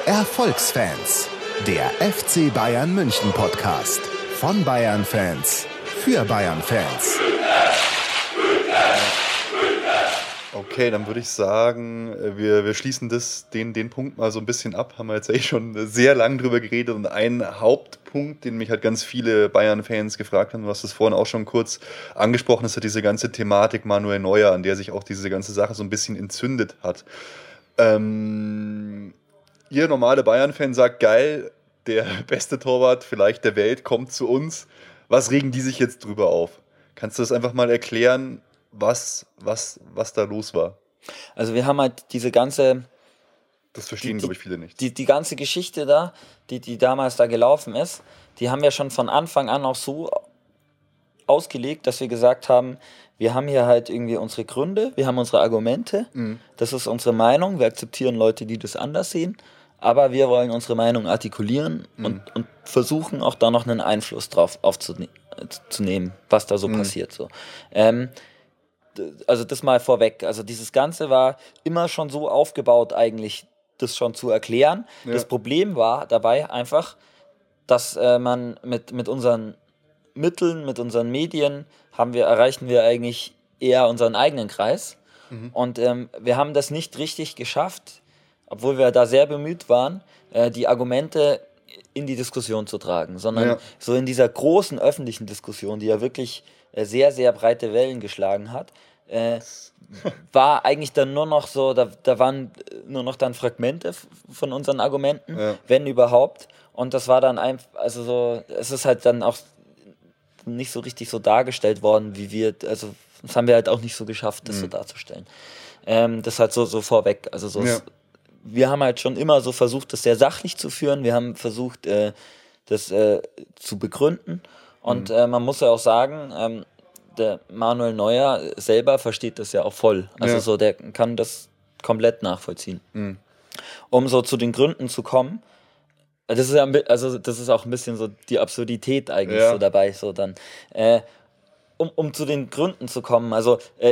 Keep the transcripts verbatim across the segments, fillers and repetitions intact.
Erfolgsfans, der F C Bayern München Podcast von Bayern-Fans für Bayern-Fans. Okay, dann würde ich sagen, wir, wir schließen das, den, den Punkt mal so ein bisschen ab. Haben wir jetzt eh schon sehr lang drüber geredet. Und ein Hauptpunkt, den mich halt ganz viele Bayern-Fans gefragt haben, du hast das vorhin auch schon kurz angesprochen, ist ja diese ganze Thematik Manuel Neuer, an der sich auch diese ganze Sache so ein bisschen entzündet hat. Ähm, ihr normale Bayern-Fan sagt, geil, der beste Torwart vielleicht der Welt kommt zu uns. Was regen die sich jetzt drüber auf? Kannst du das einfach mal erklären, was, was, was da los war? Also wir haben halt diese ganze... Das verstehen, die, glaube ich, viele nicht. Die, die ganze Geschichte da, die, die damals da gelaufen ist, die haben wir schon von Anfang an auch so ausgelegt, dass wir gesagt haben, wir haben hier halt irgendwie unsere Gründe, wir haben unsere Argumente, mhm. das ist unsere Meinung, wir akzeptieren Leute, die das anders sehen, aber wir wollen unsere Meinung artikulieren mhm. und, und versuchen auch da noch einen Einfluss drauf aufzunehmen, was da so mhm. passiert. So. Ähm, also das mal vorweg, also dieses Ganze war immer schon so aufgebaut eigentlich, das schon zu erklären. Ja. Das Problem war dabei einfach, dass äh, man mit, mit unseren Mitteln, mit unseren Medien haben wir, erreichen wir eigentlich eher unseren eigenen Kreis. Mhm. Und ähm, wir haben das nicht richtig geschafft, obwohl wir da sehr bemüht waren, äh, die Argumente in die Diskussion zu tragen, sondern ja. so in dieser großen öffentlichen Diskussion, die ja wirklich äh, sehr, sehr breite Wellen geschlagen hat, äh, war eigentlich dann nur noch so, da, da waren nur noch dann Fragmente von unseren Argumenten, ja. wenn überhaupt. Und das war dann einfach, also so, es ist halt dann auch nicht so richtig so dargestellt worden, wie wir, also das haben wir halt auch nicht so geschafft, das mhm. so darzustellen. Ähm, das halt so, so vorweg, also so, ja. wir haben halt schon immer so versucht, das sehr sachlich zu führen, wir haben versucht, äh, das äh, zu begründen und mhm. äh, man muss ja auch sagen, ähm, der Manuel Neuer selber versteht das ja auch voll, also ja. so, der kann das komplett nachvollziehen. Mhm. Um so zu den Gründen zu kommen, das ist ja, also das ist auch ein bisschen so die Absurdität eigentlich ja. so dabei, so dann, äh, um, um zu den Gründen zu kommen, also äh,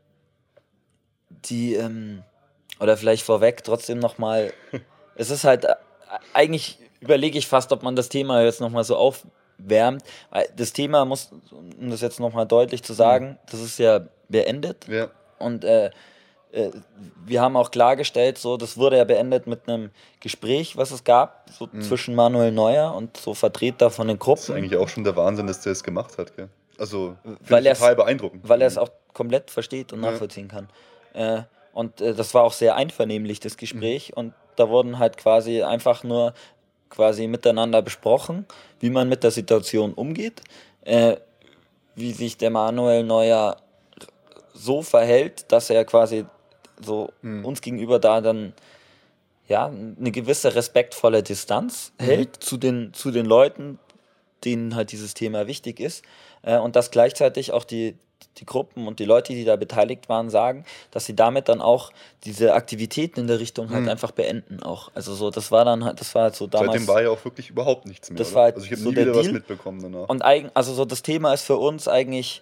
die, ähm, oder vielleicht vorweg trotzdem nochmal, es ist halt, äh, eigentlich überlege ich fast, ob man das Thema jetzt nochmal so aufwärmt, weil das Thema muss, um das jetzt nochmal deutlich zu sagen, mhm. das ist ja beendet ja. und äh, wir haben auch klargestellt, so, das wurde ja beendet mit einem Gespräch, was es gab, so mhm. zwischen Manuel Neuer und so Vertreter von den Gruppen. Das ist eigentlich auch schon der Wahnsinn, dass der es gemacht hat, gell? Also, weil total beeindruckend. Weil er es auch komplett versteht und ja. nachvollziehen kann. Äh, und äh, das war auch sehr einvernehmlich, das Gespräch. Mhm. Und da wurden halt quasi einfach nur quasi miteinander besprochen, wie man mit der Situation umgeht, äh, wie sich der Manuel Neuer so verhält, dass er quasi so mhm. uns gegenüber da dann ja eine gewisse respektvolle Distanz mhm. hält zu den, zu den Leuten, denen halt dieses Thema wichtig ist äh, und dass gleichzeitig auch die, die Gruppen und die Leute, die da beteiligt waren, sagen, dass sie damit dann auch diese Aktivitäten in der Richtung halt mhm. einfach beenden auch. Also so, das war dann halt, das war halt so damals... Seitdem war ja auch wirklich überhaupt nichts mehr, das war halt also ich habe so nie der wieder Deal. Was mitbekommen danach. Und eigen, also so das Thema ist für uns eigentlich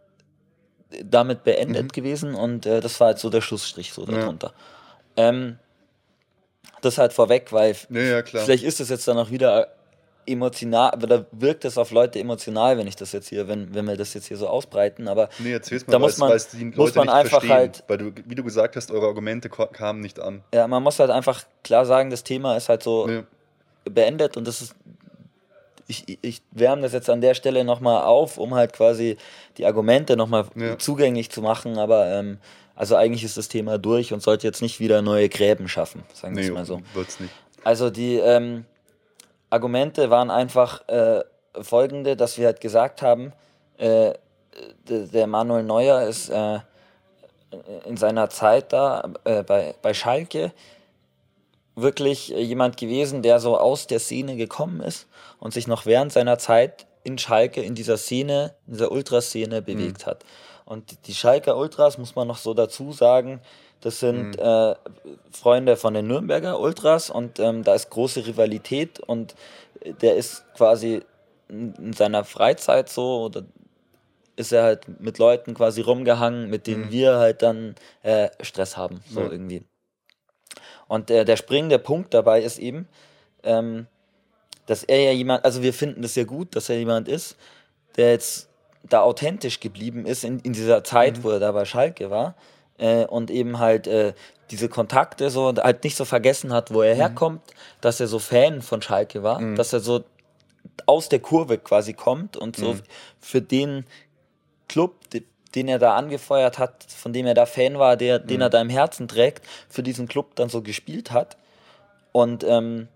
damit beendet mhm. gewesen und äh, das war halt so der Schlussstrich so darunter. Ja. Ähm, das halt vorweg, weil ja, ja, klar. vielleicht ist das jetzt dann auch wieder emotional, aber da wirkt es auf Leute emotional, wenn ich das jetzt hier, wenn, wenn wir das jetzt hier so ausbreiten, aber nee, erzähl's mal, da muss man, weil's die Leute muss man nicht einfach verstehen, halt, weil du, wie du gesagt hast, eure Argumente kamen nicht an. Ja, man muss halt einfach klar sagen, das Thema ist halt so ja. beendet und das ist Ich, ich wärme das jetzt an der Stelle nochmal auf, um halt quasi die Argumente nochmal ja. zugänglich zu machen, aber ähm, also eigentlich ist das Thema durch und sollte jetzt nicht wieder neue Gräben schaffen, sagen wir nee, es mal so. Wird's nicht. Also die ähm, Argumente waren einfach äh, folgende, dass wir halt gesagt haben, äh, der, der Manuel Neuer ist äh, in seiner Zeit da äh, bei, bei Schalke wirklich jemand gewesen, der so aus der Szene gekommen ist und sich noch während seiner Zeit in Schalke, in dieser Szene, in dieser Ultraszene bewegt mhm. hat. Und die Schalker Ultras, muss man noch so dazu sagen, das sind mhm. äh, Freunde von den Nürnberger Ultras und ähm, da ist große Rivalität und der ist quasi in seiner Freizeit so, oder ist er halt mit Leuten quasi rumgehangen, mit denen mhm. wir halt dann äh, Stress haben, so ja. irgendwie. Und äh, der springende Punkt dabei ist eben, ähm, dass er ja jemand, also wir finden das ja gut, dass er jemand ist, der jetzt da authentisch geblieben ist in, in dieser Zeit, mhm. wo er da bei Schalke war äh, und eben halt äh, diese Kontakte so halt nicht so vergessen hat, wo er mhm. herkommt, dass er so Fan von Schalke war, mhm. dass er so aus der Kurve quasi kommt und so mhm. für den Club, den er da angefeuert hat, von dem er da Fan war, der, mhm. den er da im Herzen trägt, für diesen Club dann so gespielt hat. Und ähm,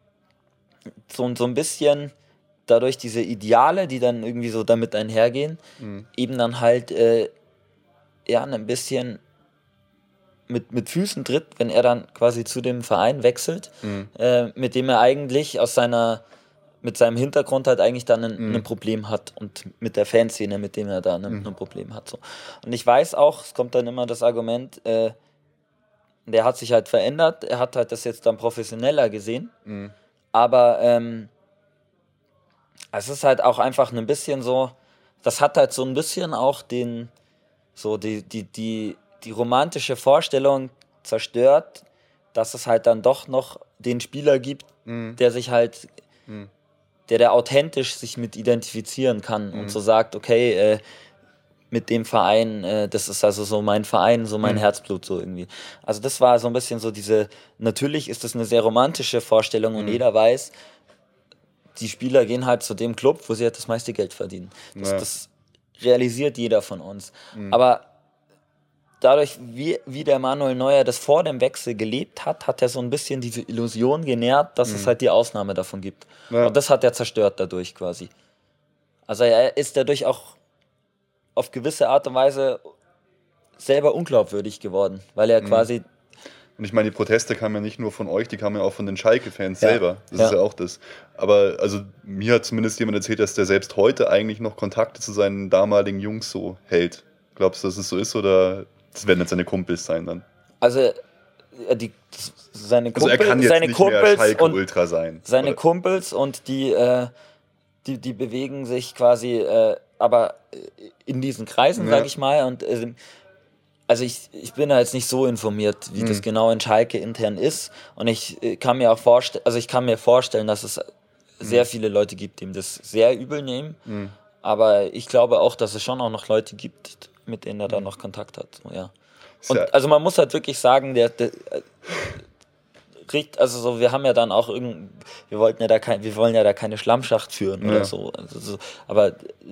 so, so ein bisschen dadurch diese Ideale, die dann irgendwie so damit einhergehen, mhm. eben dann halt äh, ja, ein bisschen mit, mit Füßen tritt, wenn er dann quasi zu dem Verein wechselt, mhm. äh, mit dem er eigentlich aus seiner mit seinem Hintergrund halt eigentlich dann ein, mhm. ein Problem hat und mit der Fanszene, mit dem er da ein, mhm. ein Problem hat. So. Und ich weiß auch, es kommt dann immer das Argument, äh, der hat sich halt verändert, er hat halt das jetzt dann professioneller gesehen, mhm. aber ähm, es ist halt auch einfach ein bisschen so, das hat halt so ein bisschen auch den, so die, die, die, die romantische Vorstellung zerstört, dass es halt dann doch noch den Spieler gibt, mhm. der sich halt mhm. der da authentisch sich mit identifizieren kann mhm. und so sagt, okay, äh, mit dem Verein, äh, das ist also so mein Verein, so mein mhm. Herzblut so irgendwie. Also das war so ein bisschen so diese, natürlich ist das eine sehr romantische Vorstellung und mhm. jeder weiß, die Spieler gehen halt zu dem Club, wo sie halt das meiste Geld verdienen. Das, ja. das realisiert jeder von uns. Mhm. Aber dadurch, wie, wie der Manuel Neuer das vor dem Wechsel gelebt hat, hat er so ein bisschen diese Illusion genährt, dass mhm. es halt die Ausnahme davon gibt. Ja. Und das hat er zerstört dadurch quasi. Also er ist dadurch auch auf gewisse Art und Weise selber unglaubwürdig geworden, weil er mhm. quasi... Und ich meine, die Proteste kamen ja nicht nur von euch, die kamen ja auch von den Schalke-Fans ja. selber. Das ja. ist ja auch das. Aber also mir hat zumindest jemand erzählt, dass der selbst heute eigentlich noch Kontakte zu seinen damaligen Jungs so hält. Glaubst du, dass es so ist oder... Das werden jetzt seine Kumpels sein dann. Also, die, seine, Kumpel, also er kann jetzt seine nicht Kumpels mehr Schalke und Ultra sein. Seine oder? Kumpels und die, äh, die, die bewegen sich quasi, äh, aber in diesen Kreisen, ja. sag ich mal. Und äh, also ich, ich bin da jetzt nicht so informiert, wie hm. das genau in Schalke intern ist. Und ich äh, kann mir auch vorstellen, also ich kann mir vorstellen, dass es sehr hm. viele Leute gibt, die ihm das sehr übel nehmen. Hm. Aber ich glaube auch, dass es schon auch noch Leute gibt, mit denen er dann noch Kontakt hat. So, ja. Und also man muss halt wirklich sagen, der, der kriegt, also so, wir haben ja dann auch irgend, wir wollten ja da kein, wir wollen ja da keine Schlammschacht führen ja. oder so. Also so. Aber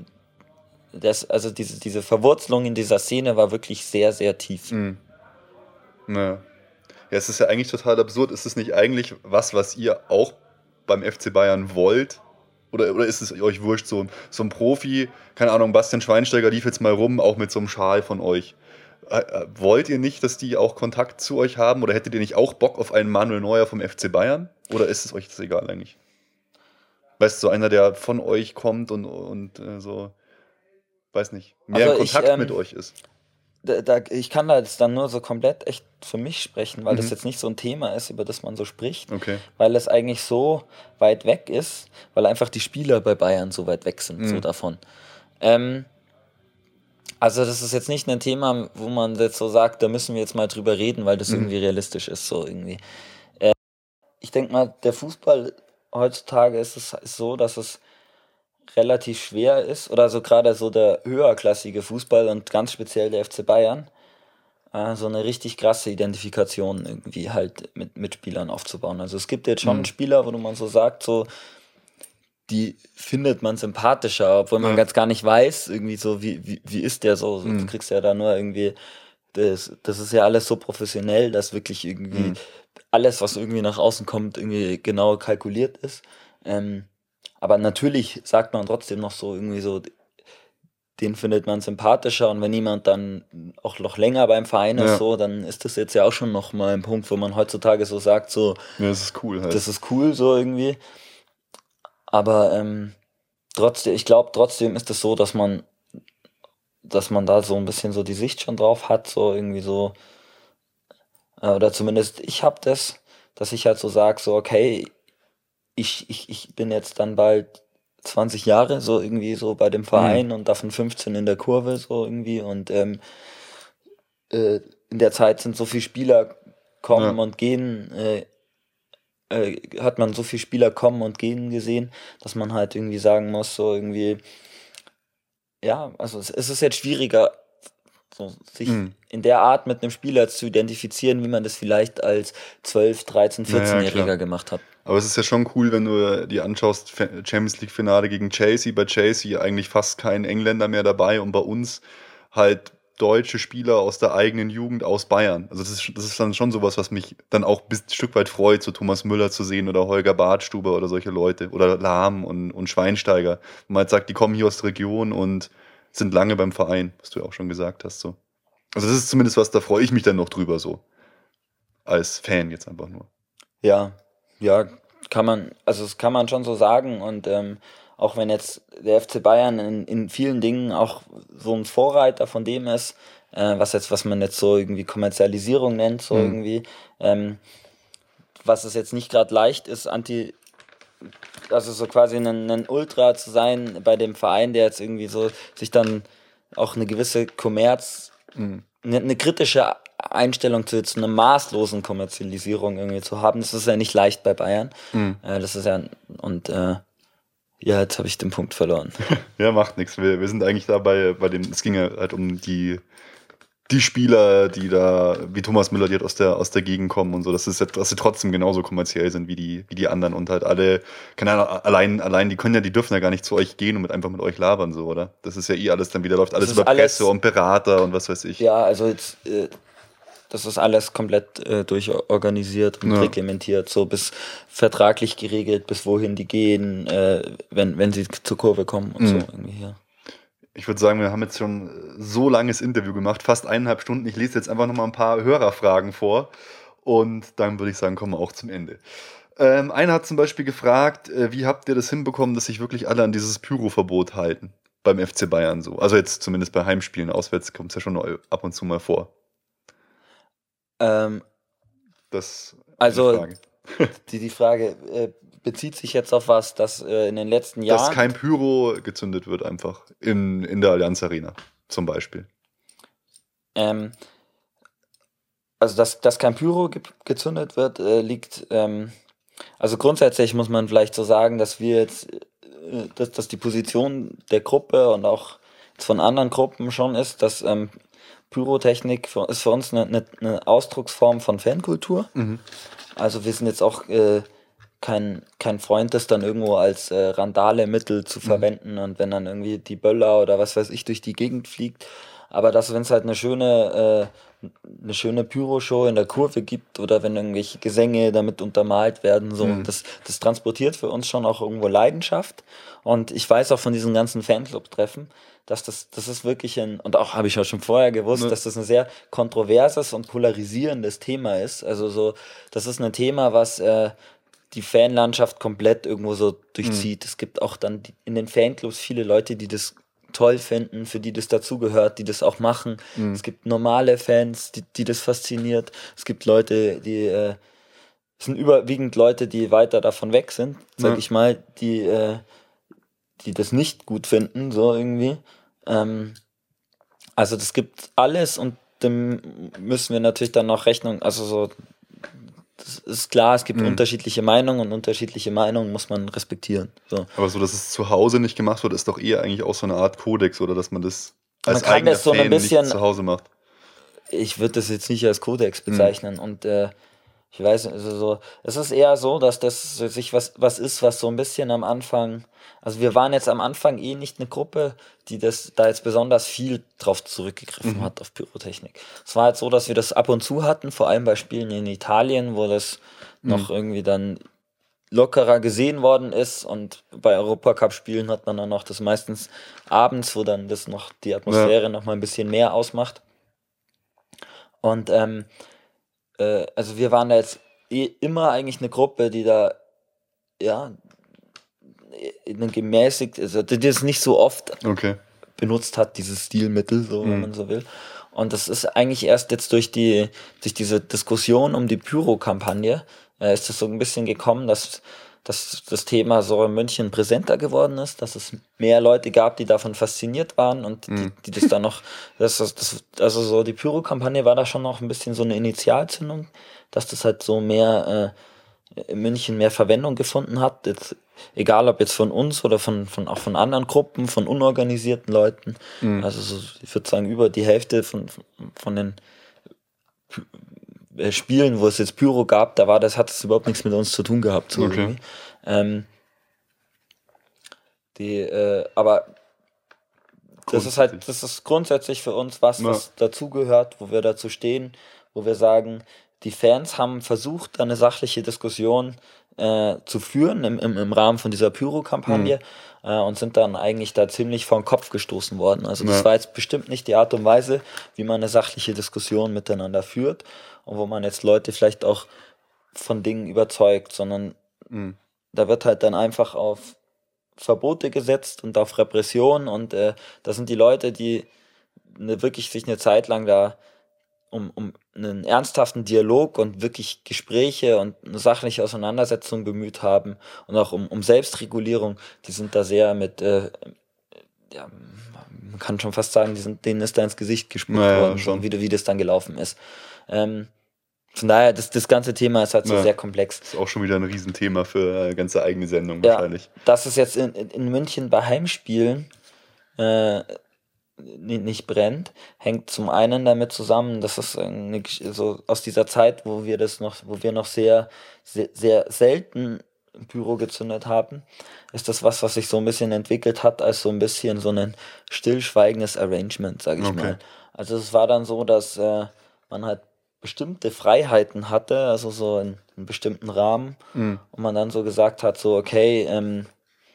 das, also diese, diese Verwurzelung in dieser Szene war wirklich sehr, sehr tief. Mhm. Ja. Ja, es ist ja eigentlich total absurd. Ist es nicht eigentlich was, was ihr auch beim F C Bayern wollt? Oder, oder ist es euch wurscht, so, so ein Profi, keine Ahnung, Bastian Schweinsteiger lief jetzt mal rum, auch mit so einem Schal von euch. Äh, äh, wollt ihr nicht, dass die auch Kontakt zu euch haben? Oder hättet ihr nicht auch Bock auf einen Manuel Neuer vom F C Bayern? Oder ist es euch das egal eigentlich? Weißt du, so einer, der von euch kommt und, und äh, so, weiß nicht, mehr also in Kontakt ich, ähm, mit euch ist? Da, da, ich kann da jetzt dann nur so komplett echt für mich sprechen, weil mhm. das jetzt nicht so ein Thema ist, über das man so spricht, okay. weil es eigentlich so weit weg ist, weil einfach die Spieler bei Bayern so weit weg sind, mhm. so davon. Ähm, also das ist jetzt nicht ein Thema, wo man jetzt so sagt, da müssen wir jetzt mal drüber reden, weil das mhm. irgendwie realistisch ist, so irgendwie. Äh, ich denke mal, der Fußball heutzutage ist es ist so, dass es relativ schwer ist, oder so gerade so der höherklassige Fußball und ganz speziell der F C Bayern, äh, so eine richtig krasse Identifikation irgendwie halt mit, mit Spielern aufzubauen. Also es gibt jetzt schon mhm. Spieler, wo man so sagt, so die findet man sympathischer, obwohl man ja. ganz gar nicht weiß, irgendwie so, wie, wie, wie ist der so, so mhm. du kriegst ja da nur irgendwie, das, das ist ja alles so professionell, dass wirklich irgendwie mhm. alles, was irgendwie nach außen kommt, irgendwie genau kalkuliert ist. Ähm, Aber natürlich sagt man trotzdem noch so irgendwie so, den findet man sympathischer und wenn jemand dann auch noch länger beim Verein ist, ja. so, dann ist das jetzt ja auch schon noch mal ein Punkt, wo man heutzutage so sagt, so, ja, das ist cool halt. Das ist cool so irgendwie. Aber ähm, trotzdem, ich glaube trotzdem ist es so, dass man, dass man da so ein bisschen so die Sicht schon drauf hat, so irgendwie so, äh, oder zumindest ich habe das, dass ich halt so sage, so okay, Ich, ich, ich bin jetzt dann bald zwanzig Jahre so irgendwie so bei dem Verein mhm. und davon fünfzehn in der Kurve so irgendwie und ähm, äh, in der Zeit sind so viele Spieler kommen Ja. und gehen, äh, äh, hat man so viele Spieler kommen und gehen gesehen, dass man halt irgendwie sagen muss, so irgendwie, ja, also es, es ist jetzt schwieriger, so, sich Mhm. in der Art mit einem Spieler zu identifizieren, wie man das vielleicht als zwölf-, dreizehn-, Naja, vierzehn-Jähriger klar. gemacht hat. Aber es ist ja schon cool, wenn du dir anschaust, Fa- Champions League Finale gegen Chelsea. Bei Chelsea eigentlich fast kein Engländer mehr dabei und bei uns halt deutsche Spieler aus der eigenen Jugend aus Bayern. Also das ist, das ist dann schon sowas, was mich dann auch ein bisschen- Stück weit freut, so Thomas Müller zu sehen oder Holger Badstuber oder solche Leute oder Lahm und, und Schweinsteiger. Und man halt sagt, die kommen hier aus der Region und sind lange beim Verein, was du ja auch schon gesagt hast. So. Also das ist zumindest was, da freue ich mich dann noch drüber so. Als Fan jetzt einfach nur. Ja, ja, kann man, also das kann man schon so sagen und ähm, auch wenn jetzt der F C Bayern in, in vielen Dingen auch so ein Vorreiter von dem ist, äh, was jetzt, was man jetzt so irgendwie Kommerzialisierung nennt, so Mhm. irgendwie, ähm, was es jetzt nicht gerade leicht ist, anti, also so quasi ein, ein Ultra zu sein bei dem Verein, der jetzt irgendwie so sich dann auch eine gewisse Kommerz, Mhm. eine, eine kritische Einstellung zu, zu einer maßlosen Kommerzialisierung irgendwie zu haben. Das ist ja nicht leicht bei Bayern. Mhm. Äh, das ist ja, und äh, ja, jetzt habe ich den Punkt verloren. Ja, macht nichts. Wir, wir sind eigentlich da bei, bei den, es ging ja halt um die, die Spieler, die da, wie Thomas Müller, die halt aus der, aus der Gegend kommen und so, dass, es, dass sie trotzdem genauso kommerziell sind wie die, wie die anderen und halt alle, keine Ahnung, allein, allein, die können ja, die dürfen ja gar nicht zu euch gehen und mit einfach mit euch labern, so, oder? Das ist ja eh alles dann wieder, läuft alles ist über alles- Presse und Berater und was weiß ich. Ja, also jetzt, äh, das ist alles komplett äh, durchorganisiert und Ja. reglementiert, so bis vertraglich geregelt, bis wohin die gehen, äh, wenn, wenn sie zur Kurve kommen und so Mhm. irgendwie hier. Ich würde sagen, wir haben jetzt schon so langes Interview gemacht, fast eineinhalb Stunden. Ich lese jetzt einfach nochmal ein paar Hörerfragen vor und dann würde ich sagen, kommen wir auch zum Ende. Ähm, einer hat zum Beispiel gefragt, äh, wie habt ihr das hinbekommen, dass sich wirklich alle an dieses Pyro-Verbot halten beim F C Bayern so? Also jetzt zumindest bei Heimspielen, auswärts kommt es ja schon noch ab und zu mal vor. Ähm, Das ist Also, eine Frage. die, die Frage äh, bezieht sich jetzt auf was, dass äh, in den letzten Dass Jahren. kein Pyro gezündet wird einfach in, in der Allianz Arena zum Beispiel. Ähm, also, dass, dass kein Pyro ge gezündet wird, äh, liegt. Ähm, also, grundsätzlich muss man vielleicht so sagen, dass wir jetzt. Äh, dass, dass die Position der Gruppe und auch jetzt von anderen Gruppen schon ist, dass ähm, Pyrotechnik für, ist für uns eine, eine, eine Ausdrucksform von Fankultur. Mhm. Also, wir sind jetzt auch. Äh, kein, kein Freund, das dann irgendwo als äh, Randale-Mittel zu verwenden und wenn dann irgendwie die Böller oder was weiß ich durch die Gegend fliegt. Aber dass, wenn es halt eine schöne, äh, eine schöne Pyro-Show in der Kurve gibt oder wenn irgendwelche Gesänge damit untermalt werden, so, Mhm. das, das transportiert für uns schon auch irgendwo Leidenschaft. Und ich weiß auch von diesen ganzen Fanclub-Treffen, dass das, das ist wirklich ein, und auch habe ich auch schon vorher gewusst, Ne. dass das ein sehr kontroverses und polarisierendes Thema ist. Also so, das ist ein Thema, was äh, die Fanlandschaft komplett irgendwo so durchzieht. Es gibt auch dann die, in den Fanclubs viele Leute, die das toll finden, für die das dazugehört, die das auch machen. Es gibt normale Fans, die, die das fasziniert. Es gibt Leute, die äh, es sind überwiegend Leute, die weiter davon weg sind, sag Ja. ich mal, die, äh, die das nicht gut finden, so irgendwie. Ähm, also das gibt alles und dem müssen wir natürlich dann noch Rechnung, also so, das ist klar, es gibt Mhm. unterschiedliche Meinungen und unterschiedliche Meinungen muss man respektieren. So. Aber so, dass es zu Hause nicht gemacht wird, ist doch eher eigentlich auch so eine Art Kodex, oder dass man das als Man kann eigener das so ein Fan bisschen- nicht zu Hause macht. Ich würde das jetzt nicht als Kodex bezeichnen und äh, ich weiß, also so, es ist eher so, dass das sich was, was ist, was so ein bisschen am Anfang, also wir waren jetzt am Anfang eh nicht eine Gruppe, die das da jetzt besonders viel drauf zurückgegriffen hat auf Pyrotechnik. Es war halt so, dass wir das ab und zu hatten, vor allem bei Spielen in Italien, wo das noch irgendwie dann lockerer gesehen worden ist und bei Europacup-Spielen hat man dann noch das meistens abends, wo dann das noch die Atmosphäre noch mal ein bisschen mehr ausmacht. Und ähm, äh, also wir waren da jetzt eh immer eigentlich eine Gruppe, die da ja in einem gemäßigt, also die das nicht so oft Okay. benutzt hat, dieses Stilmittel, so wenn man so will. Und das ist eigentlich erst jetzt durch die durch diese Diskussion um die Pyro-Kampagne äh, ist es so ein bisschen gekommen, dass dass das Thema so in München präsenter geworden ist, dass es mehr Leute gab, die davon fasziniert waren und Mhm. die, die das dann noch, das, das, das, also so die Pyro-Kampagne war da schon noch ein bisschen so eine Initialzündung, dass das halt so mehr äh, in München mehr Verwendung gefunden hat. Jetzt, egal ob jetzt von uns oder von, von auch von anderen Gruppen, von unorganisierten Leuten. Mhm. Also so, ich würde sagen, über die Hälfte von, von den äh, Spielen, wo es jetzt Pyro gab, da war das, hat es überhaupt nichts mit uns zu tun gehabt. So Okay. irgendwie. Ähm, die, äh, aber das ist halt, das ist grundsätzlich für uns was, Ja. was dazugehört, wo wir dazu stehen, wo wir sagen, die Fans haben versucht, eine sachliche Diskussion äh, zu führen im, im, im Rahmen von dieser Pyro-Kampagne Mhm. äh, und sind dann eigentlich da ziemlich vor den Kopf gestoßen worden. Also das Ja. war jetzt bestimmt nicht die Art und Weise, wie man eine sachliche Diskussion miteinander führt und wo man jetzt Leute vielleicht auch von Dingen überzeugt, sondern Mhm. da wird halt dann einfach auf Verbote gesetzt und auf Repression und äh, das sind die Leute, die ne, wirklich sich eine Zeit lang da um, um einen ernsthaften Dialog und wirklich Gespräche und eine sachliche Auseinandersetzung bemüht haben und auch um, um Selbstregulierung, die sind da sehr mit, äh, ja, man kann schon fast sagen, die sind, denen ist da ins Gesicht gespuckt Naja, worden, schon. so, wie, wie das dann gelaufen ist. Ähm, von daher, das, das ganze Thema ist halt so Ja. sehr komplex. Ist auch schon wieder ein Riesenthema für eine ganze eigene Sendung Ja, wahrscheinlich. dass es jetzt in, in in München bei Heimspielen äh, ni- nicht brennt, hängt zum einen damit zusammen, dass es eine, Gesch- so aus dieser Zeit, wo wir das noch, wo wir noch sehr, sehr, sehr selten Pyro gezündet haben, ist das was, was sich so ein bisschen entwickelt hat, als so ein bisschen so ein stillschweigendes Arrangement, sage ich Okay. mal. Also es war dann so, dass äh, man halt bestimmte Freiheiten hatte, also so in einem bestimmten Rahmen, Mhm. und man dann so gesagt hat, so okay, ähm,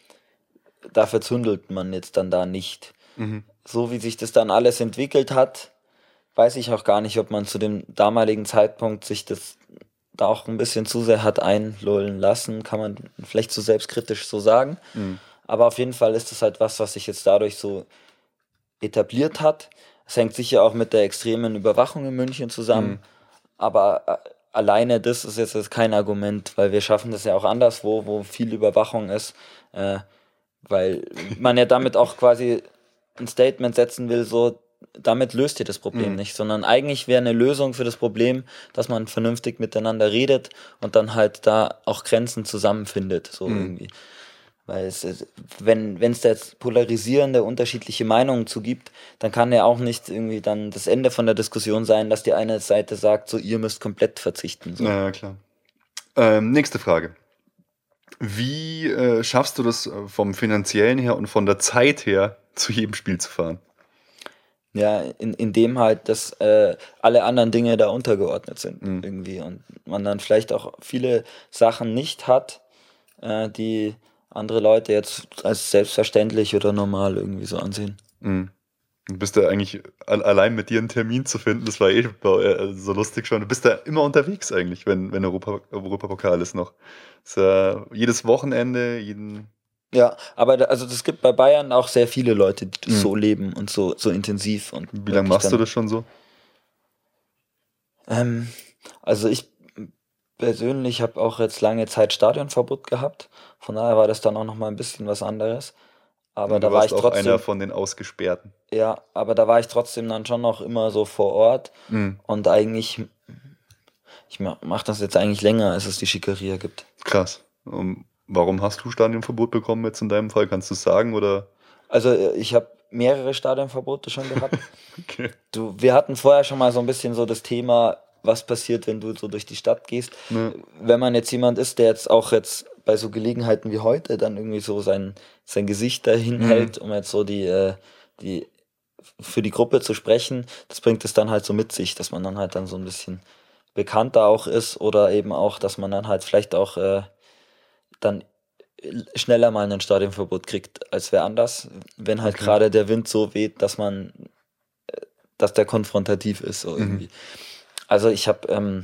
dafür zündelt man jetzt dann da nicht. Mhm. So wie sich das dann alles entwickelt hat, weiß ich auch gar nicht, ob man zu dem damaligen Zeitpunkt sich das da auch ein bisschen zu sehr hat einlullen lassen, kann man vielleicht zu selbstkritisch so sagen. Mhm. Aber auf jeden Fall ist das halt was, was sich jetzt dadurch so etabliert hat. Es hängt sicher auch mit der extremen Überwachung in München zusammen. Mhm. Aber äh, alleine das ist jetzt jetzt kein Argument, weil wir schaffen das ja auch anderswo, wo viel Überwachung ist. Äh, weil man ja damit auch quasi ein Statement setzen will, so, damit löst ihr das Problem Mhm. nicht, sondern eigentlich wäre eine Lösung für das Problem, dass man vernünftig miteinander redet und dann halt da auch Grenzen zusammenfindet, so Mhm. irgendwie. Weil es, ist- wenn wenn es da jetzt polarisierende, unterschiedliche Meinungen zu gibt, dann kann ja auch nicht irgendwie dann das Ende von der Diskussion sein, dass die eine Seite sagt, so, ihr müsst komplett verzichten. So. Naja, klar. Ähm, nächste Frage. Wie äh, schaffst du das äh, vom Finanziellen her und von der Zeit her, zu jedem Spiel zu fahren? Ja, in, in dem halt, dass äh, alle anderen Dinge da untergeordnet sind Mhm. irgendwie und man dann vielleicht auch viele Sachen nicht hat, äh, die andere Leute jetzt als selbstverständlich oder normal irgendwie so ansehen. Mhm. Du bist ja eigentlich al- allein mit dir einen Termin zu finden, das war eh äh, so lustig schon. Du bist da immer unterwegs eigentlich, wenn, wenn Europa, Europapokal ist noch. Ist ja jedes Wochenende, jeden. Ja, aber da, also das gibt bei Bayern auch sehr viele Leute, die das Mhm. so leben und so, so intensiv. Und Wie lange wirklich machst du dann- das schon so? Ähm, also ich persönlich habe auch jetzt lange Zeit Stadionverbot gehabt. Von daher war das dann auch nochmal ein bisschen was anderes. Aber Und da du war warst ich auch trotzdem, einer von den Ausgesperrten. ja, aber da war ich trotzdem dann schon noch immer so vor Ort. Mhm. Und eigentlich, ich mache das jetzt eigentlich länger, als es die Schickeria gibt. Krass. Um, warum hast du Stadionverbot bekommen jetzt in deinem Fall? Kannst du es sagen oder? Also äh, ich habe mehrere Stadionverbote schon gehabt. Okay. Du, wir hatten vorher schon mal so ein bisschen so das Thema, was passiert, wenn du so durch die Stadt gehst. Ne. Wenn man jetzt jemand ist, der jetzt auch jetzt bei so Gelegenheiten wie heute dann irgendwie so sein, sein Gesicht dahin Mhm. hält, um jetzt so die, äh, die für die Gruppe zu sprechen, das bringt es dann halt so mit sich, dass man dann halt dann so ein bisschen bekannter auch ist oder eben auch, dass man dann halt vielleicht auch äh, dann schneller mal ein Stadionverbot kriegt, als wer anders, wenn halt Okay. gerade der Wind so weht, dass man, äh, dass der konfrontativ ist so Mhm. irgendwie. Also ich habe ähm,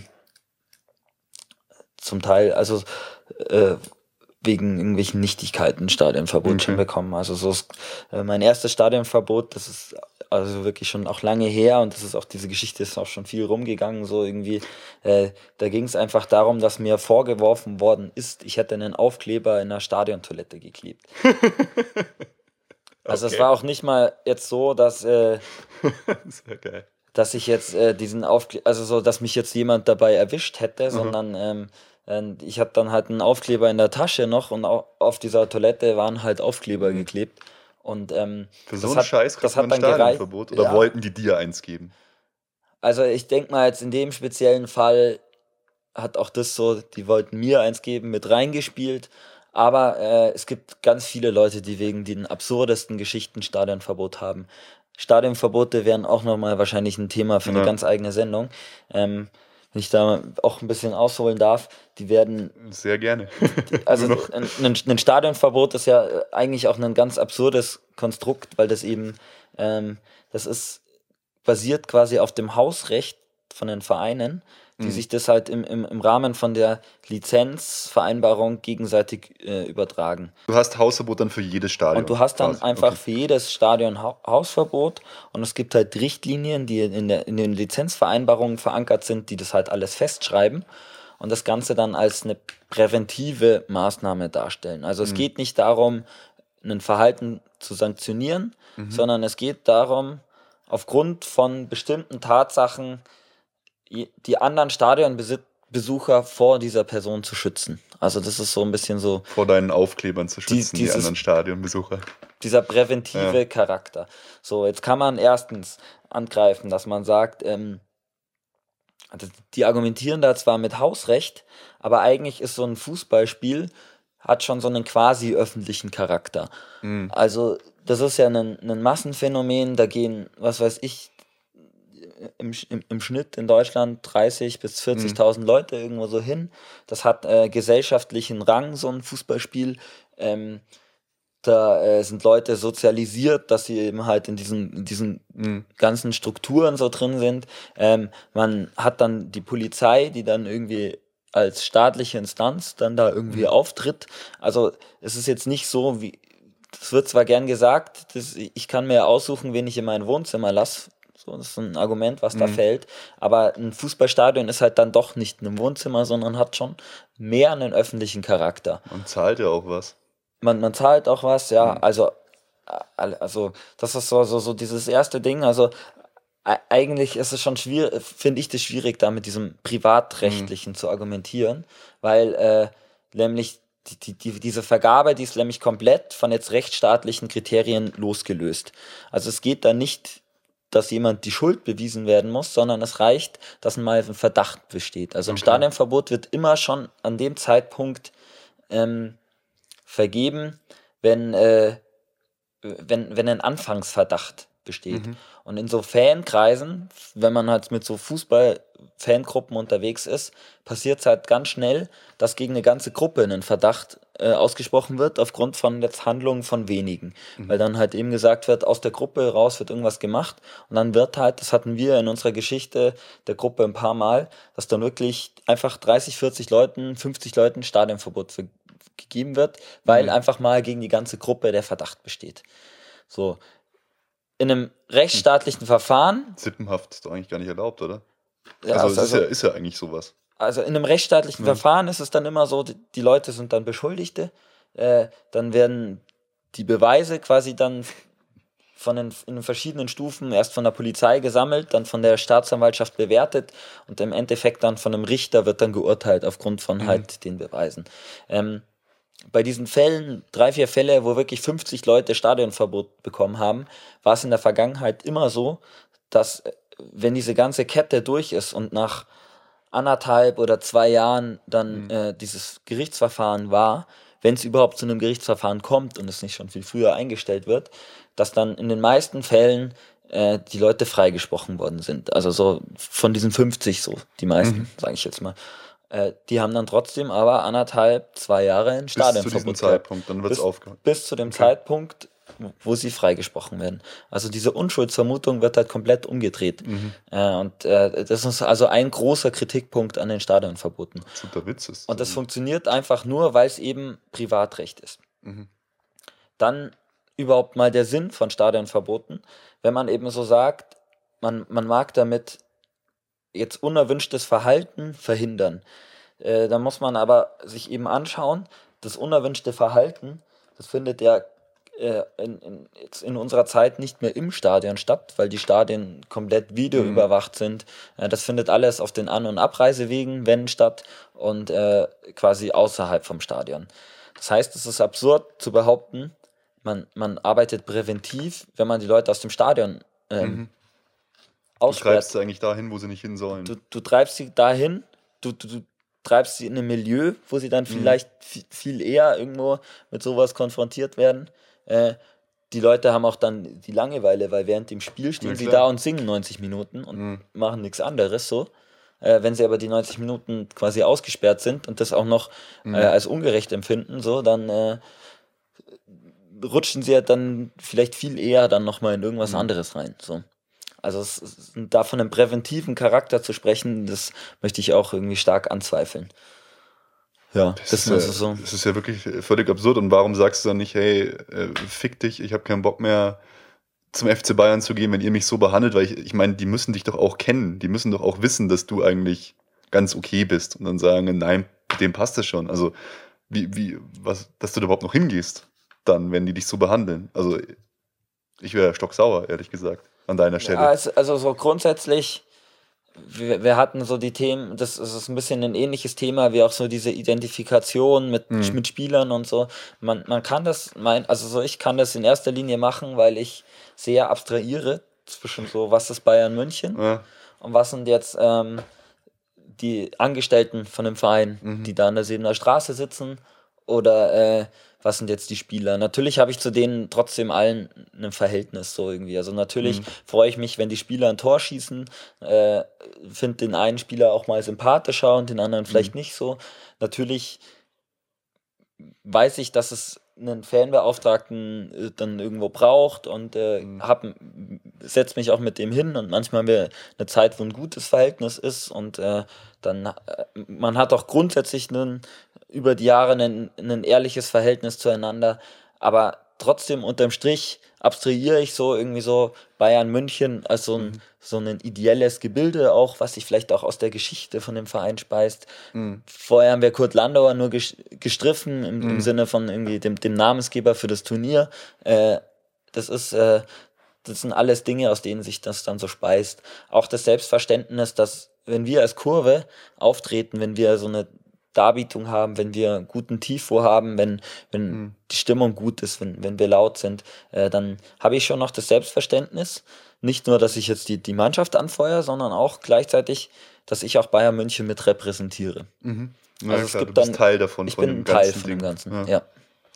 zum Teil, also äh, wegen irgendwelchen Nichtigkeiten ein Stadionverbot Okay. schon bekommen. Also so ist, äh, mein erstes Stadionverbot, das ist also wirklich schon auch lange her und das ist auch, diese Geschichte ist auch schon viel rumgegangen, so irgendwie, äh, da ging es einfach darum, dass mir vorgeworfen worden ist, ich hätte einen Aufkleber in einer Stadiontoilette geklebt. Also es Okay. war auch nicht mal jetzt so, dass, äh, Sehr geil. dass ich jetzt äh, diesen Aufkleber, also so, dass mich jetzt jemand dabei erwischt hätte, Aha. sondern ähm, äh, ich hatte dann halt einen Aufkleber in der Tasche noch und au- auf dieser Toilette waren halt Aufkleber Mhm. geklebt. Und ähm, Für so das einen hat, Scheiß das kriegt man hat ein dann gereicht. Stadionverbot oder Ja, wollten die dir eins geben? also ich denke mal jetzt in dem speziellen Fall hat auch das so, die wollten mir eins geben, mit reingespielt. Aber äh, es gibt ganz viele Leute, die wegen den absurdesten Geschichten Stadionverbot haben. Stadionverbote wären auch nochmal wahrscheinlich ein Thema für eine Ja. ganz eigene Sendung. Ähm, wenn ich da auch ein bisschen ausholen darf, die werden, Sehr gerne. also Nur noch. ein, ein, ein Stadionverbot ist ja äh, eigentlich auch ein ganz absurdes Konstrukt, weil das eben, ähm, das ist basiert quasi auf dem Hausrecht von den Vereinen, die Mhm. sich das halt im, im, im Rahmen von der Lizenzvereinbarung gegenseitig äh, übertragen. Du hast Hausverbot dann für jedes Stadion. Und du hast dann quasi. einfach Okay. für jedes Stadion Hau- Hausverbot und es gibt halt Richtlinien, die in, der, in den Lizenzvereinbarungen verankert sind, die das halt alles festschreiben und das Ganze dann als eine präventive Maßnahme darstellen. Also es Mhm. geht nicht darum, ein Verhalten zu sanktionieren, Mhm. sondern es geht darum, aufgrund von bestimmten Tatsachen i- die anderen Stadionbesucher vor dieser Person zu schützen. Also das ist so ein bisschen so Vor deinen Aufklebern zu Die- schützen, die, dieses- anderen Stadionbesucher. dieser präventive Ja. Charakter. So, jetzt kann man erstens angreifen, dass man sagt, ähm, also die argumentieren da zwar mit Hausrecht, aber eigentlich ist so ein Fußballspiel, hat schon so einen quasi öffentlichen Charakter. Mhm. Also das ist ja ein, ein Massenphänomen, da gehen, was weiß ich, im, Sch- im, im Schnitt in Deutschland dreißigtausend bis vierzigtausend Leute irgendwo so hin. Das hat äh, gesellschaftlichen Rang, so ein Fußballspiel. Ähm, da äh, sind Leute sozialisiert, dass sie eben halt in diesen, in diesen Mhm. ganzen Strukturen so drin sind. Ähm, man hat dann die Polizei, die dann irgendwie als staatliche Instanz dann da irgendwie Mhm. auftritt. Also es ist jetzt nicht so, wie, es wird zwar gern gesagt, dass ich kann mir aussuchen, wen ich in mein Wohnzimmer lasse. So, das ist ein Argument, was da Mhm. fällt. Aber ein Fußballstadion ist halt dann doch nicht ein Wohnzimmer, sondern hat schon mehr einen öffentlichen Charakter. Man zahlt ja auch was. Man, man zahlt auch was, ja. Mhm. Also, äh, also das ist so, so, so dieses erste Ding. Also e- eigentlich ist es schon schwierig, finde ich das schwierig, da mit diesem Privatrechtlichen zu argumentieren, weil äh, nämlich die, die, die, diese Vergabe, die ist nämlich komplett von jetzt rechtsstaatlichen Kriterien losgelöst. Also es geht da nicht, dass jemand die Schuld bewiesen werden muss, sondern es reicht, dass mal ein Verdacht besteht. Also ein Okay. Stadionverbot wird immer schon an dem Zeitpunkt ähm, vergeben, wenn, äh, wenn, wenn ein Anfangsverdacht besteht. Mhm. Und in so Fankreisen, wenn man halt mit so Fußball-Fangruppen unterwegs ist, passiert es halt ganz schnell, dass gegen eine ganze Gruppe ein Verdacht äh, ausgesprochen wird, aufgrund von jetzt Handlungen von wenigen. Mhm. Weil dann halt eben gesagt wird, aus der Gruppe raus wird irgendwas gemacht und dann wird halt, das hatten wir in unserer Geschichte der Gruppe ein paar Mal, dass dann wirklich einfach dreißig, vierzig Leuten, fünfzig Leuten Stadionverbot für, gegeben wird, weil Mhm. einfach mal gegen die ganze Gruppe der Verdacht besteht. So. In einem rechtsstaatlichen Verfahren, Sippenhaft ist doch eigentlich gar nicht erlaubt, oder? ja, also es also, ist, ja, ist ja eigentlich sowas. also in einem rechtsstaatlichen Ja. Verfahren ist es dann immer so, die, die Leute sind dann Beschuldigte, äh, dann werden die Beweise quasi dann von den, in den verschiedenen Stufen erst von der Polizei gesammelt, dann von der Staatsanwaltschaft bewertet und im Endeffekt dann von einem Richter wird dann geurteilt aufgrund von Mhm. halt den Beweisen. Ähm, bei diesen Fällen, drei, vier Fälle, wo wirklich fünfzig Leute Stadionverbot bekommen haben, war es in der Vergangenheit immer so, dass äh, wenn diese ganze Kette durch ist und nach anderthalb oder zwei Jahren dann Mhm. äh, dieses Gerichtsverfahren war, wenn es überhaupt zu einem Gerichtsverfahren kommt und es nicht schon viel früher eingestellt wird, dass dann in den meisten Fällen äh, die Leute freigesprochen worden sind. Also so von diesen fünfzig so, die meisten, Mhm. sage ich jetzt mal. Äh, die haben dann trotzdem aber anderthalb, zwei Jahre ein Bis zu diesem Stadionverbot gehabt. Zeitpunkt, dann wird es Bis- aufgehört. Bis zu dem Okay. Zeitpunkt, wo sie freigesprochen werden. Also diese Unschuldsvermutung wird halt komplett umgedreht. Mhm. Äh, und äh, das ist also ein großer Kritikpunkt an den Stadionverboten. Absoluter Witz ist. Und das funktioniert einfach nur, weil es eben Privatrecht ist. Mhm. Dann überhaupt mal der Sinn von Stadionverboten, wenn man eben so sagt, man, man mag damit jetzt unerwünschtes Verhalten verhindern. Äh, da muss man aber sich eben anschauen, das unerwünschte Verhalten, das findet ja äh, in, in, jetzt in unserer Zeit nicht mehr im Stadion statt, weil die Stadien komplett videoüberwacht sind. Äh, das findet alles auf den An- und Abreisewegen, wenn statt, und äh, quasi außerhalb vom Stadion. Das heißt, es ist absurd zu behaupten, man, man arbeitet präventiv, wenn man die Leute aus dem Stadion ähm, Mhm. Du aussperrt. treibst sie eigentlich dahin, wo sie nicht hin sollen. Du, du treibst sie dahin, du, du, du treibst sie in ein Milieu, wo sie dann Mhm. vielleicht viel, viel eher irgendwo mit sowas konfrontiert werden. Äh, die Leute haben auch dann die Langeweile, weil während dem Spiel stehen Ja, sie klar. da und singen neunzig Minuten und Mhm. machen nichts anderes so. Äh, wenn sie aber die neunzig Minuten quasi ausgesperrt sind und das auch noch Mhm. äh, als ungerecht empfinden, so, dann äh, rutschen sie ja dann vielleicht viel eher dann nochmal in irgendwas Mhm. anderes rein. So. Also es, es, da von einem präventiven Charakter zu sprechen, das möchte ich auch irgendwie stark anzweifeln. Ja, Das, das ist ist nur ja, so. das ist ja wirklich völlig absurd. Und warum sagst du dann nicht, hey, äh, fick dich, ich habe keinen Bock mehr zum F C Bayern zu gehen, wenn ihr mich so behandelt? Weil ich, ich meine, die müssen dich doch auch kennen. Die müssen doch auch wissen, dass du eigentlich ganz okay bist. Und dann sagen, nein, dem passt das schon. Also, wie, wie, was, dass du da überhaupt noch hingehst, dann, wenn die dich so behandeln. Also, ich wäre stocksauer, ehrlich gesagt, an deiner Stelle. Ja, es, also so grundsätzlich, wir, wir hatten so die Themen, das, das ist ein bisschen ein ähnliches Thema wie auch so diese Identifikation mit, Mhm. mit Spielern und so. Man, man kann das, mein, also so ich kann das in erster Linie machen, weil ich sehr abstrahiere zwischen so, was ist Bayern München Ja. und was sind jetzt ähm, die Angestellten von dem Verein, Mhm. die da an der Sebener Straße sitzen, oder äh, was sind jetzt die Spieler? Natürlich habe ich zu denen trotzdem allen ein Verhältnis so irgendwie. Also natürlich Mhm. freue ich mich, wenn die Spieler ein Tor schießen, äh, finde den einen Spieler auch mal sympathischer und den anderen vielleicht Mhm. nicht so. Natürlich weiß ich, dass es einen Fanbeauftragten äh, dann irgendwo braucht und äh, Mhm. hab, setz mich auch mit dem hin, und manchmal haben wir eine Zeit, wo ein gutes Verhältnis ist, und äh, dann, äh, man hat auch grundsätzlich einen, über die Jahre ein, ein ehrliches Verhältnis zueinander, aber trotzdem unterm Strich abstrahiere ich so irgendwie so Bayern München als so ein, Mhm. so ein ideelles Gebilde auch, was sich vielleicht auch aus der Geschichte von dem Verein speist. Mhm. Vorher haben wir Kurt Landauer nur ges- gestriffen im, im Mhm. Sinne von irgendwie dem, dem Namensgeber für das Turnier. Äh, das ist, äh, das sind alles Dinge, aus denen sich das dann so speist. Auch das Selbstverständnis, dass wenn wir als Kurve auftreten, wenn wir so eine Darbietung haben, wenn wir einen guten Tifo haben, wenn, wenn Mhm. die Stimmung gut ist, wenn, wenn wir laut sind, äh, dann habe ich schon noch das Selbstverständnis. Nicht nur, dass ich jetzt die, die Mannschaft anfeuere, sondern auch gleichzeitig, dass ich auch Bayern München mit repräsentiere. Mhm. Ja, Also es klar, gibt du bist dann- Teil davon, Ich von bin dem ein Teil ganzen von dem Ding. Ganzen. Ja. Ja.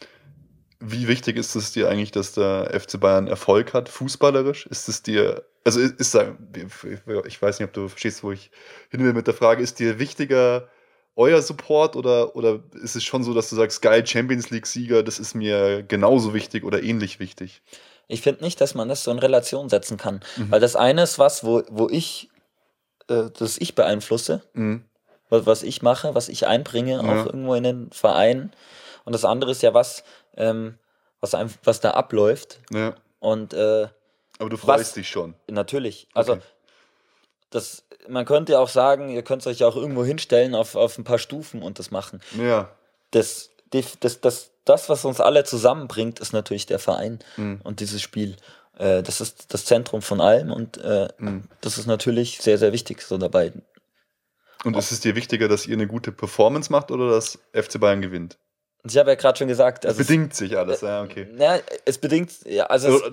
Wie wichtig ist es dir eigentlich, dass der F C Bayern Erfolg hat, fußballerisch? Ist es dir, also ist, ist da, ich weiß nicht, ob du verstehst, wo ich hin will mit der Frage, ist dir wichtiger euer Support, oder, oder ist es schon so, dass du sagst, geil, Champions League-Sieger, das ist mir genauso wichtig oder ähnlich wichtig? Ich finde nicht, dass man das so in Relation setzen kann. Mhm. Weil das eine ist was, wo, wo ich, äh, das ich beeinflusse, Mhm. was, was ich mache, was ich einbringe, auch Ja. irgendwo in den Verein. Und das andere ist ja was, ähm, was, einem, was da abläuft. Ja. Und äh, Aber du freust Was? dich schon. natürlich, also Okay. das, man könnte ja auch sagen, ihr könnt euch auch irgendwo hinstellen auf, auf ein paar Stufen und das machen. Ja. Das, das, das, das, das, was uns alle zusammenbringt, ist natürlich der Verein Mhm. und dieses Spiel. Äh, das ist das Zentrum von allem, und äh, Mhm. das ist natürlich sehr, sehr wichtig so dabei. Und ist es dir wichtiger, dass ihr eine gute Performance macht oder dass F C Bayern gewinnt? Ich habe ja gerade schon gesagt, Es also bedingt sich alles, ja, okay. Es, ja, es bedingt, ja, also es, Also,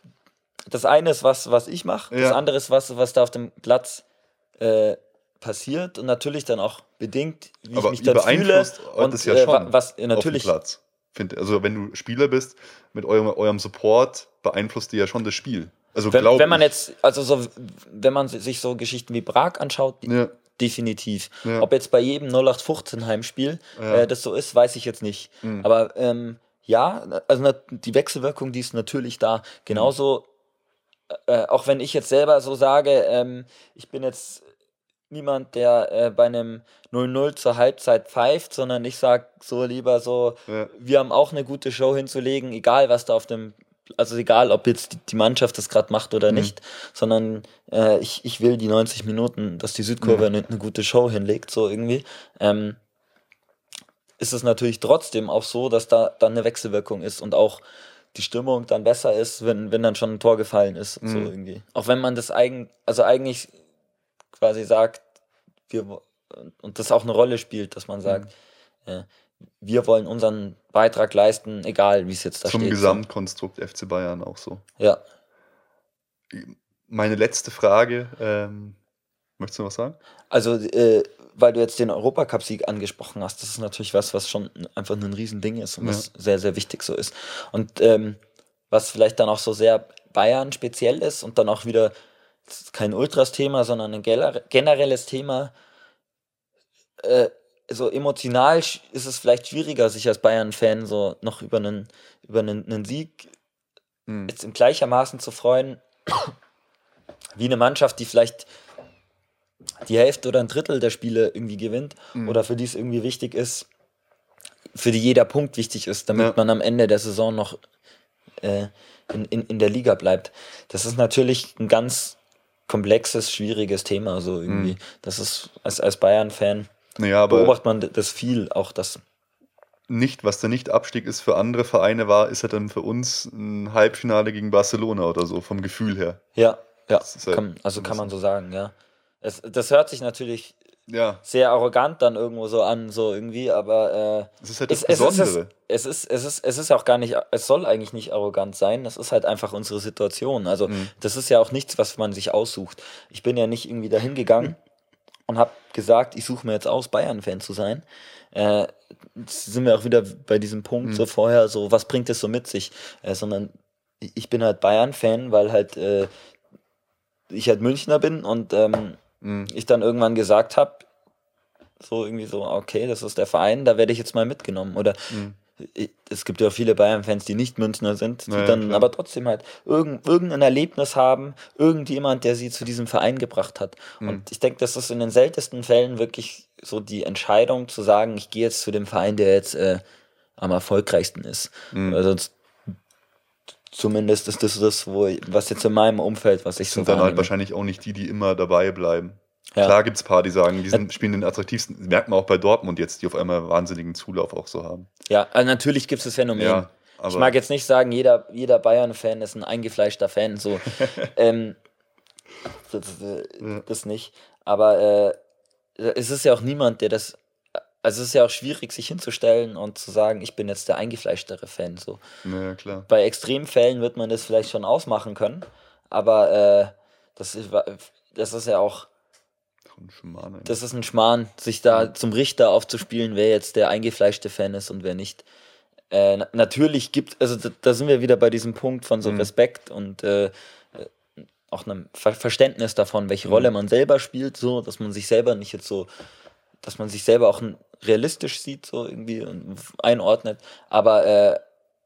das eine ist was, was ich mache, das Ja. andere ist was, was da auf dem Platz äh, passiert, und natürlich dann auch bedingt, wie aber ich mich ihr dort fühle. beeinflusst Und das ja äh, schon wa- was äh, auf dem natürlich, Platz. Find, also wenn du Spieler bist, mit eurem, eurem Support beeinflusst ihr ja schon das Spiel. Also wenn, glaub wenn man ich. jetzt, also so, wenn man sich so Geschichten wie Prag anschaut, Ja, definitiv. Ja. Ob jetzt bei jedem null acht fünfzehn Heimspiel Ja. äh, das so ist, weiß ich jetzt nicht. Mhm. Aber ähm, ja, also na- die Wechselwirkung, die ist natürlich da. Genauso, äh, auch wenn ich jetzt selber so sage, ähm, ich bin jetzt niemand, der äh, bei einem null null zur Halbzeit pfeift, sondern ich sag so lieber so, ja. wir haben auch eine gute Show hinzulegen, egal was da auf dem also egal, ob jetzt die, die Mannschaft das gerade macht oder Mhm. nicht, sondern äh, ich, ich will die neunzig Minuten, dass die Südkurve Mhm. eine, eine gute Show hinlegt, so irgendwie. Ähm, ist es natürlich trotzdem auch so, dass da dann eine Wechselwirkung ist und auch die Stimmung dann besser ist, wenn, wenn dann schon ein Tor gefallen ist, so Mhm. irgendwie. Auch wenn man das eigen, also eigentlich quasi sagt, wir wo- und das auch eine Rolle spielt, dass man sagt, äh, wir wollen unseren Beitrag leisten, egal wie es jetzt da Zum steht. So. Gesamtkonstrukt F C Bayern auch so. Ja. Meine letzte Frage, ähm, möchtest du noch was sagen? Also, äh, weil du jetzt den Europacup-Sieg angesprochen hast, das ist natürlich was, was schon einfach ein Riesending ist und Ja. was sehr, sehr wichtig so ist. Und ähm, was vielleicht dann auch so sehr Bayern speziell ist und dann auch wieder das ist kein Ultras-Thema, sondern ein gener- generelles Thema. Äh, so emotional sch- ist es vielleicht schwieriger, sich als Bayern-Fan so noch über einen, über einen, einen Sieg Mhm. jetzt im gleichermaßen zu freuen, wie eine Mannschaft, die vielleicht die Hälfte oder ein Drittel der Spiele irgendwie gewinnt Mhm. oder für die es irgendwie wichtig ist, für die jeder Punkt wichtig ist, damit Ja. man am Ende der Saison noch äh, in, in, in der Liga bleibt. Das ist natürlich ein ganz komplexes, schwieriges Thema, so irgendwie. Mhm. Das ist als, als Bayern-Fan Naja, aber beobachtet man das viel, auch das. nicht, was der Nicht-Abstieg ist für andere Vereine war, ist ja dann für uns ein Halbfinale gegen Barcelona oder so, vom Gefühl her. Ja, ja, Das ist halt kann, also ein kann man bisschen- so sagen, ja. Es, das hört sich natürlich Ja, sehr arrogant dann irgendwo so an, so irgendwie, aber äh, das ist halt das es, es, ist, es, Besondere. es, ist, es, ist, es ist auch gar nicht, es soll eigentlich nicht arrogant sein, das ist halt einfach unsere Situation. Also Mhm. das ist ja auch nichts, was man sich aussucht. Ich bin ja nicht irgendwie dahin gegangen und habe gesagt, ich suche mir jetzt aus, Bayern-Fan zu sein. Äh, jetzt sind wir auch wieder bei diesem Punkt Mhm. so vorher, so was bringt es so mit sich, äh, sondern ich bin halt Bayern-Fan, weil halt äh, ich halt Münchner bin und ähm, Mhm. ich dann irgendwann gesagt habe, so irgendwie so, okay, das ist der Verein, da werde ich jetzt mal mitgenommen. Oder Mhm. ich- es gibt ja auch viele Bayern-Fans, die nicht Münchner sind, die Naja, dann klar. aber trotzdem halt irgend, irgendein Erlebnis haben, irgendjemand, der sie zu diesem Verein gebracht hat. Mhm. Und ich denke, das ist in den seltensten Fällen wirklich so die Entscheidung zu sagen, ich gehe jetzt zu dem Verein, der jetzt äh, am erfolgreichsten ist. Mhm. Also zumindest ist das das, wo ich, was jetzt in meinem Umfeld, was ich Das so sind dann halt wahrnehme. wahrscheinlich auch nicht die, die immer dabei bleiben. Ja. Klar gibt es ein paar, die sagen, die sind, spielen den attraktivsten. Das merkt man auch bei Dortmund jetzt, die auf einmal wahnsinnigen Zulauf auch so haben. Ja, also natürlich gibt es das Phänomen. Ja, Ich aber mag jetzt nicht sagen, jeder, jeder Bayern-Fan ist ein eingefleischter Fan, so. ähm, das, äh, Ja. das nicht. Aber äh, es ist ja auch niemand, der das. Also es ist ja auch schwierig, sich hinzustellen und zu sagen, ich bin jetzt der eingefleischtere Fan. So. naja, klar. Bei Extremfällen wird man das vielleicht schon ausmachen können, aber äh, das, ist, das ist ja auch. Schon Schmarrn eigentlich. Das ist ein Schmarrn, sich da zum Richter aufzuspielen, wer jetzt der eingefleischte Fan ist und wer nicht. Äh, na- natürlich gibt, also da, da sind wir wieder bei diesem Punkt von so Mhm. Respekt und äh, äh, auch einem Ver Verständnis davon, welche Mhm. Rolle man selber spielt, so, dass man sich selber nicht jetzt so, dass man sich selber auch n- realistisch sieht, so irgendwie und einordnet. Aber äh,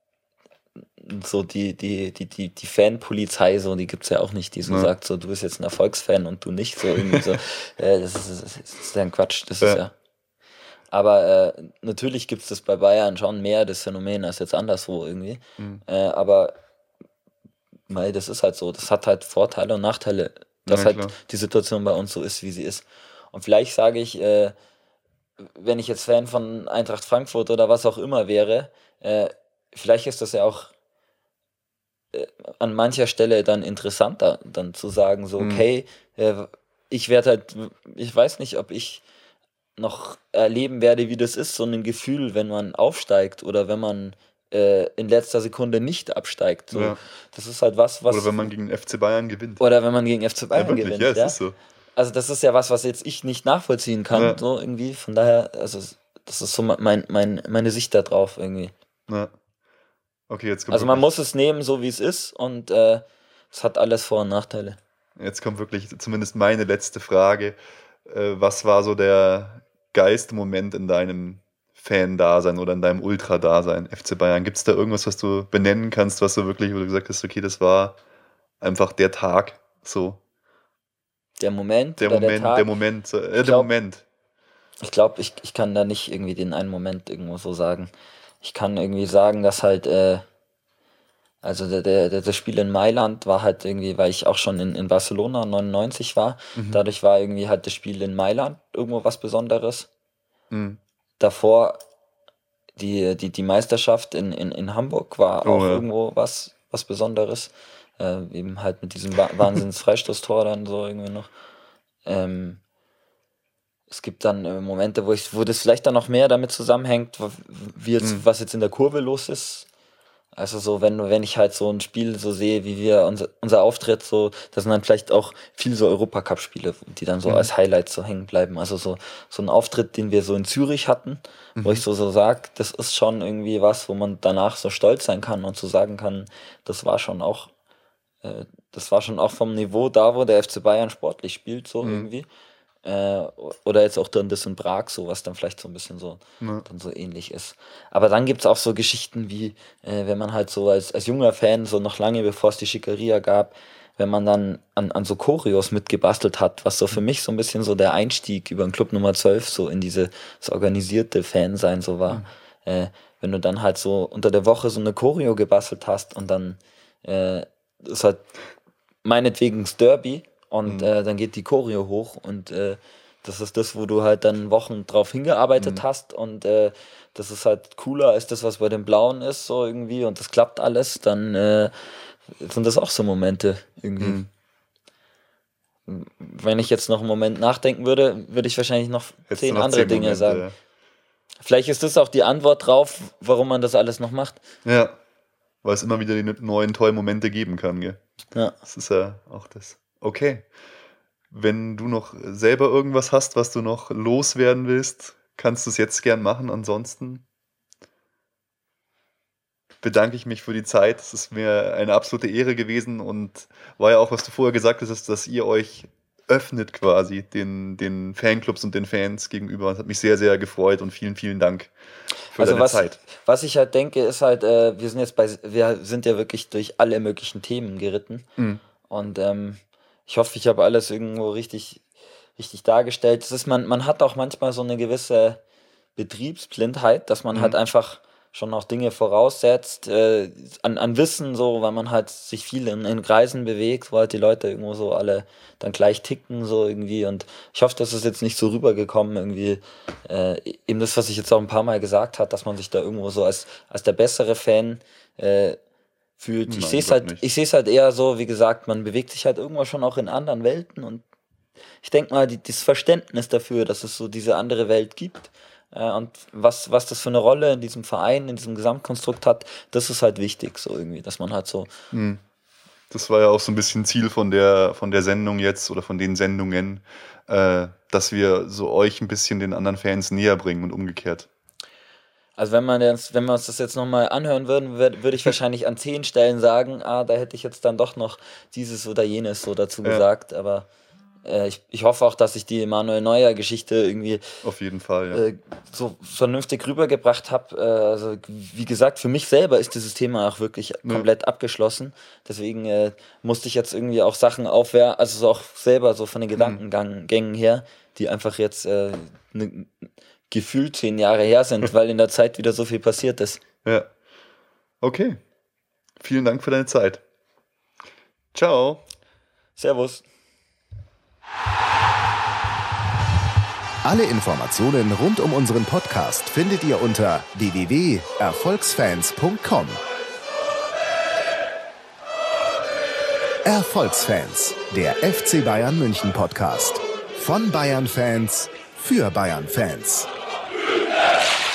so die, die, die, die, die Fanpolizei, so, die gibt es ja auch nicht, die so Ja. sagt, so, du bist jetzt ein Erfolgsfan und du nicht, so irgendwie so. Äh, das, ist, das ist ja ein Quatsch, das ist Ja. ja. Aber äh, natürlich gibt es das bei Bayern schon mehr, das Phänomen, als jetzt anderswo irgendwie. Mhm. Äh, aber mei, das ist halt so, das hat halt Vorteile und Nachteile, dass Ja, halt klar. die Situation bei uns so ist, wie sie ist. Und vielleicht sage ich, äh, wenn ich jetzt Fan von Eintracht Frankfurt oder was auch immer wäre, äh, vielleicht ist das ja auch äh, an mancher Stelle dann interessanter, dann zu sagen, so, Mhm. okay, äh, ich werde halt, ich weiß nicht, ob ich noch erleben werde, wie das ist, so ein Gefühl, wenn man aufsteigt oder wenn man äh, in letzter Sekunde nicht absteigt. So. Ja. Das ist halt was, was. Oder wenn man gegen den F C Bayern gewinnt. oder wenn man gegen F C Bayern Ja, wirklich, gewinnt. ja, es ja? ist so. Also das ist ja was, was jetzt ich nicht nachvollziehen kann, Ja. so irgendwie. Von daher, also das ist so mein, mein, meine Sicht da drauf irgendwie. Ja. Okay, jetzt kommt Also man wirklich, muss es nehmen, so wie es ist und äh, es hat alles Vor- und Nachteile. jetzt kommt wirklich zumindest meine letzte Frage. Äh, was war so der geilste Moment in deinem Fan-Dasein oder in deinem Ultra-Dasein, F C Bayern? Gibt es da irgendwas, was du benennen kannst, was du wirklich, wo du gesagt hast, okay, das war einfach der Tag, so, Der Moment der oder Moment, der Tag, der Moment, so, äh, der glaub- Moment. ich glaube, ich, ich kann da nicht irgendwie den einen Moment irgendwo so sagen. Ich kann irgendwie sagen, dass halt, äh, Also der, der, das Spiel in Mailand war halt irgendwie, weil ich auch schon in, in Barcelona neunundneunzig war, Mhm. dadurch war irgendwie halt das Spiel in Mailand irgendwo was Besonderes. Mhm. Davor die, die, die Meisterschaft in, in, in Hamburg war Oh, auch ja. irgendwo was, was Besonderes. Äh, eben halt mit diesem Wa- Wahnsinns-Freistoßtor dann so irgendwie noch. Ähm, es gibt dann äh, Momente, wo ich, wo das vielleicht dann noch mehr damit zusammenhängt, w- wie jetzt, Mhm. was jetzt in der Kurve los ist. Also so, wenn, wenn ich halt so ein Spiel so sehe, wie wir unser, unser Auftritt, so, das sind dann vielleicht auch viele so Europacup-Spiele, die dann so Mhm. als Highlights so hängen bleiben. Also so, so ein Auftritt, den wir so in Zürich hatten, wo Mhm. ich so, so sag, das ist schon irgendwie was, wo man danach so stolz sein kann und so sagen kann, das war schon auch, äh, das war schon auch vom Niveau da, wo der F C Bayern sportlich spielt, so Mhm. irgendwie. Äh, oder jetzt auch dann das in Prag, so was dann vielleicht so ein bisschen so Ja. dann so ähnlich ist. Aber dann gibt es auch so Geschichten wie, äh, wenn man halt so als, als junger Fan, so noch lange bevor es die Schickeria gab, wenn man dann an, an so Choreos mitgebastelt hat, was so für mich so ein bisschen so der Einstieg über den Club Nummer zwölf so in diese das organisierte Fansein so war. Mhm. Äh, wenn du dann halt so unter der Woche so eine Choreo gebastelt hast und dann äh, ist halt meinetwegen das Derby und Mhm. äh, dann geht die Choreo hoch und äh, das ist das, wo du halt dann Wochen drauf hingearbeitet Mhm. hast und äh, das ist halt cooler als das, was bei den Blauen ist, so irgendwie und das klappt alles, dann äh, sind das auch so Momente irgendwie. Mhm. Wenn ich jetzt noch einen Moment nachdenken würde, würde ich wahrscheinlich noch Hättest du zehn noch andere zehn Dinge Momente, sagen. Vielleicht ist das auch die Antwort drauf, warum man das alles noch macht. Ja, weil es immer wieder die neuen tollen Momente geben kann, gell? Ja. Das ist ja auch das. Okay. Wenn du noch selber irgendwas hast, was du noch loswerden willst, kannst du es jetzt gern machen. Ansonsten bedanke ich mich für die Zeit. Es ist mir eine absolute Ehre gewesen und war ja auch, was du vorher gesagt hast, dass ihr euch öffnet quasi den, den Fanclubs und den Fans gegenüber. Das hat mich sehr, sehr gefreut und vielen, vielen Dank für Also deine was, Zeit. was ich halt denke, ist halt, äh, wir sind jetzt bei, wir sind ja wirklich durch alle möglichen Themen geritten. Mhm. Und ähm, ich hoffe, ich habe alles irgendwo richtig, richtig dargestellt. Es ist, man, man hat auch manchmal so eine gewisse Betriebsblindheit, dass man Mhm. halt einfach schon auch Dinge voraussetzt, äh, an, an Wissen, so, weil man halt sich viel in, in Kreisen bewegt, wo halt die Leute irgendwo so alle dann gleich ticken, so irgendwie. Und ich hoffe, das ist jetzt nicht so rübergekommen, irgendwie, äh, eben das, was ich jetzt auch ein paar Mal gesagt habe, dass man sich da irgendwo so als, als der bessere Fan äh, fühlt. Ich Nein, sehe es Gott halt, nicht. ich sehe es halt eher so, wie gesagt, man bewegt sich halt irgendwo schon auch in anderen Welten und ich denke mal, die, das Verständnis dafür, dass es so diese andere Welt gibt äh, und was, was das für eine Rolle in diesem Verein, in diesem Gesamtkonstrukt hat, das ist halt wichtig, so irgendwie, dass man halt so. Mhm. Das war ja auch so ein bisschen Ziel von der, von der Sendung jetzt oder von den Sendungen, äh, dass wir so euch ein bisschen den anderen Fans näher bringen und umgekehrt. Also wenn man jetzt, wenn wir uns das jetzt nochmal anhören würden, würde würd ich wahrscheinlich an zehn Stellen sagen, ah, da hätte ich jetzt dann doch noch dieses oder jenes so dazu Ja. gesagt, aber äh, ich, ich hoffe auch, dass ich die Manuel Neuer Geschichte irgendwie Auf jeden Fall, ja. äh, so vernünftig rübergebracht habe. Äh, also wie gesagt, für mich selber ist dieses Thema auch wirklich komplett abgeschlossen. Deswegen äh, musste ich jetzt irgendwie auch Sachen aufwerten, also so auch selber so von den Gedankengängen her, die einfach jetzt äh, ne, gefühlt zehn Jahre her sind, weil in der Zeit wieder so viel passiert ist. Ja. Okay. Vielen Dank für deine Zeit. Ciao. Servus. Alle Informationen rund um unseren Podcast findet ihr unter w w w punkt erfolgsfans punkt com. Erfolgsfans, der F C Bayern München Podcast. Von Bayern Fans für Bayern Fans.